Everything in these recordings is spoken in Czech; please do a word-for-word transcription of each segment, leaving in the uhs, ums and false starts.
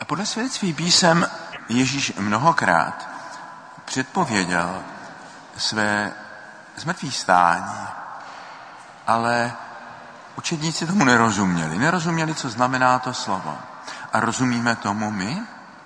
Podle svědectví písem Ježíš mnohokrát předpověděl své zmrtvýchvstání, ale učedníci tomu nerozuměli. Nerozuměli, co znamená to slovo. A rozumíme tomu my?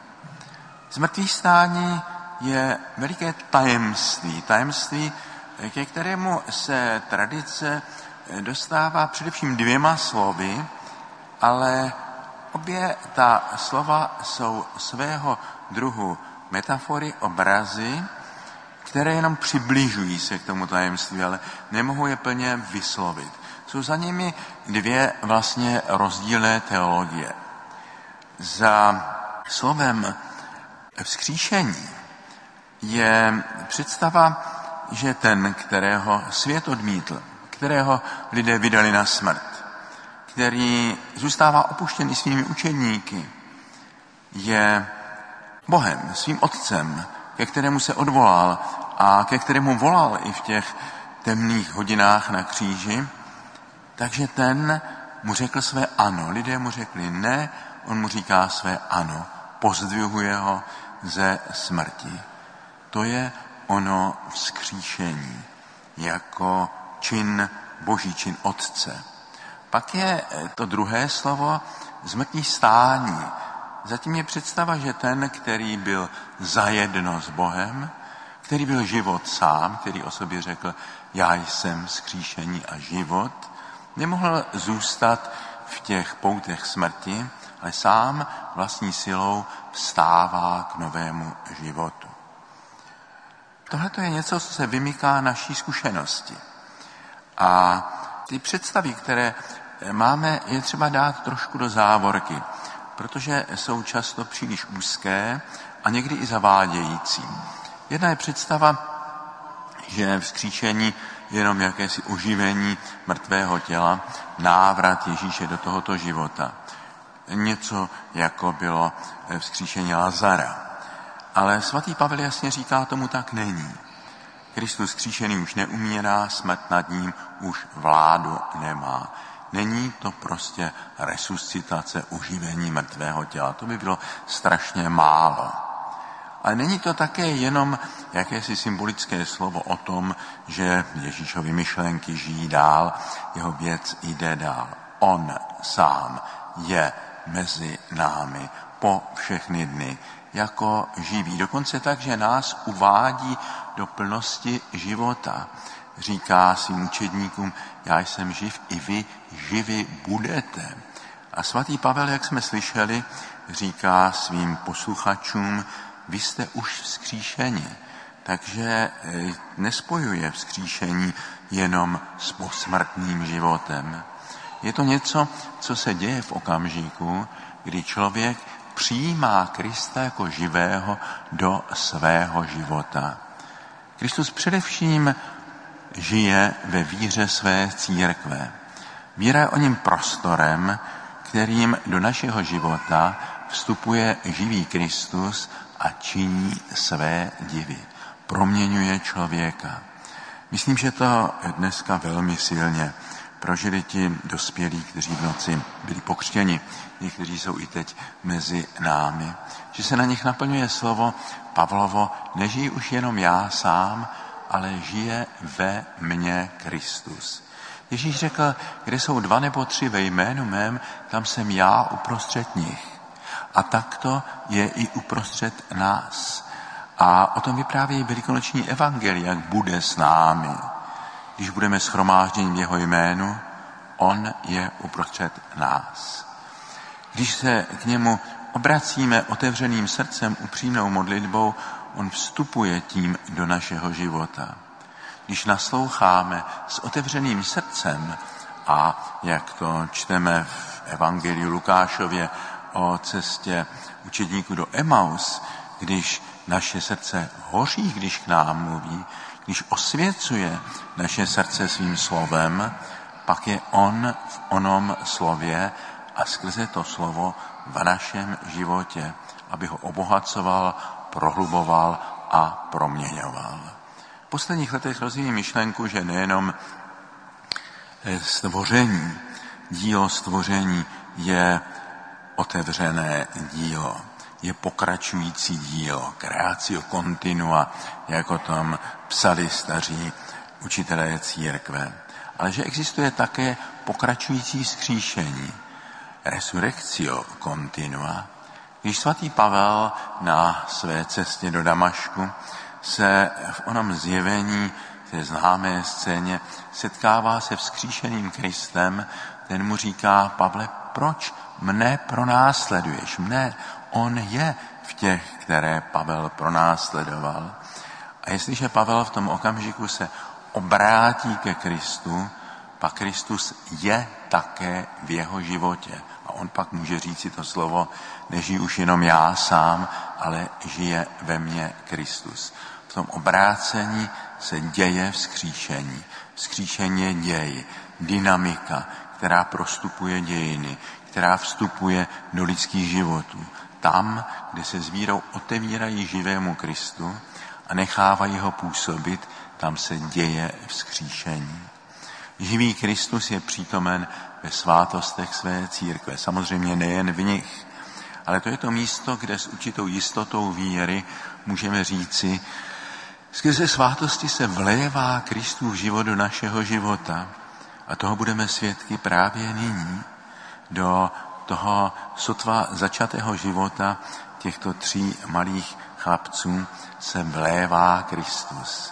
Zmrtvýchvstání je veliké tajemství. Tajemství, ke kterému se tradice dostává především dvěma slovy, ale obě ta slova jsou svého druhu metafory, obrazy, které jenom přibližují se k tomu tajemství, ale nemohou je plně vyslovit. Jsou za nimi dvě vlastně rozdílné teologie. Za slovem vzkříšení je představa, že ten, kterého svět odmítl, kterého lidé vydali na smrt, který zůstává opuštěný svými učedníky, je Bohem, svým otcem, ke kterému se odvolal a ke kterému volal i v těch temných hodinách na kříži, takže ten mu řekl své ano. Lidé mu řekli ne, on mu říká své ano. Pozdvihuje ho ze smrti. To je ono vzkříšení jako čin boží, čin otce. Pak je to druhé slovo zmrtvýchvstání. Zatím je představa, že ten, který byl zajedno s Bohem, který byl život sám, který o sobě řekl, já jsem vzkříšení a život, nemohl zůstat v těch poutech smrti, ale sám vlastní silou vstává k novému životu. Tohle je něco, co se vymyká naší zkušenosti. A ty představy, které máme, je třeba dát trošku do závorky, protože jsou často příliš úzké a někdy i zavádějící. Jedna je představa, že vzkříšení je jenom jakési oživení mrtvého těla, návrat Ježíše do tohoto života. Něco, jako bylo vzkříšení Lazara. Ale svatý Pavel jasně říká, tomu tak není. Kristus vzkříšený už neumírá, smrt nad ním už vládu nemá. Není to prostě resuscitace, uživení mrtvého těla. To by bylo strašně málo. Ale není to také jenom jakési symbolické slovo o tom, že Ježíšovy myšlenky žijí dál, jeho věc jde dál. On sám je mezi námi po všechny dny jako živý. Dokonce tak, že nás uvádí do plnosti života. Říká svým učedníkům, já jsem živ, i vy živi budete. A svatý Pavel, jak jsme slyšeli, říká svým posluchačům, vy jste už vzkříšeni. Takže nespojuje vzkříšení jenom s posmrtným životem. Je to něco, co se děje v okamžiku, kdy člověk přijímá Krista jako živého do svého života. Kristus především žije ve víře své církve. Víra je o něm prostorem, kterým do našeho života vstupuje živý Kristus a činí své divy. Proměňuje člověka. Myslím, že to dneska velmi silně prožili ti dospělí, kteří v noci byli pokřtěni. Někteří jsou i teď mezi námi. Že se na nich naplňuje slovo Pavlovo, nežijí už jenom já sám, ale žije ve mně Kristus. Ježíš řekl, kde jsou dva nebo tři ve jménu mém, tam jsem já uprostřed nich. A takto je i uprostřed nás. A o tom vyprávějí velikonoční evangelia, jak bude s námi. Když budeme shromážděni v jeho jménu, on je uprostřed nás. Když se k němu obracíme otevřeným srdcem, upřímnou modlitbou, on vstupuje tím do našeho života. Když nasloucháme s otevřeným srdcem a jak to čteme v evangeliu Lukášově o cestě učedníků do Emaus, když naše srdce hoří, když k nám mluví, když osvěcuje naše srdce svým slovem, pak je on v onom slově a skrze to slovo v našem životě, aby ho obohacoval, prohluboval a proměňoval. V posledních letech rozvíjí myšlenku, že nejenom stvoření, dílo stvoření je otevřené dílo, je pokračující dílo, creatio continua, jak o tom psali staří učitelé církve. Ale že existuje také pokračující vzkříšení, resurrectio continua. Když svatý Pavel na své cestě do Damašku se v onom zjevení, té známé scéně, setkává se vzkříšeným Kristem, ten mu říká: Pavle, proč mne pronásleduješ? Mne, on je v těch, které Pavel pronásledoval. A jestliže Pavel v tom okamžiku se obrátí ke Kristu, pak Kristus je také v jeho životě. A on pak může říct si to slovo: nežiju už jenom já sám, ale žije ve mně Kristus. V tom obrácení se děje vzkříšení. Vzkříšení je děj, dynamika, která prostupuje dějiny, která vstupuje do lidských životů. Tam, kde se s vírou otevírají živému Kristu a nechávají ho působit, tam se děje vzkříšení. Živý Kristus je přítomen ve svátostech své církve. Samozřejmě nejen v nich, ale to je to místo, kde s určitou jistotou víry můžeme říci: skrze svátosti se vlévá Kristův život do našeho života. A toho budeme svědky právě nyní. Do toho sotva začatého života těchto tří malých chlapců se vlévá Kristus.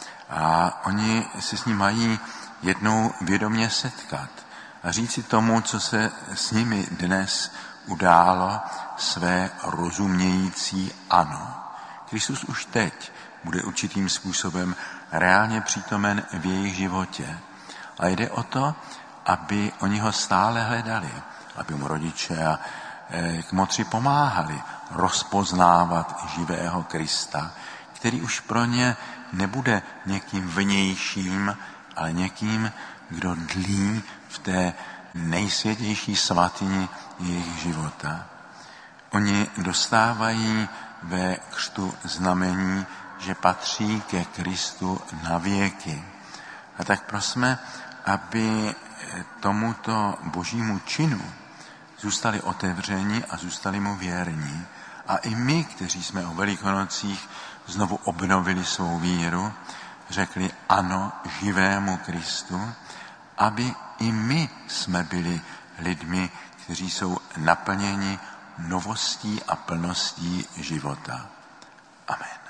A oni se s ním mají jednou vědomě setkat a říci tomu, co se s nimi dnes událo, své rozumějící ano. Kristus už teď bude určitým způsobem reálně přítomen v jejich životě. A jde o to, aby oni ho stále hledali, aby mu rodiče a kmotři pomáhali rozpoznávat živého Krista, který už pro ně nebude někým vnějším, ale někým, kdo dlí v té nejsvětější svatyni jejich života. Oni dostávají ve křtu znamení, že patří ke Kristu na věky. A tak prosme, aby tomuto božímu činu zůstali otevřeni a zůstali mu věrní. A i my, kteří jsme o Velikonocích znovu obnovili svou víru, řekli ano živému Kristu, aby i my jsme byli lidmi, kteří jsou naplněni novostí a plností života. Amen.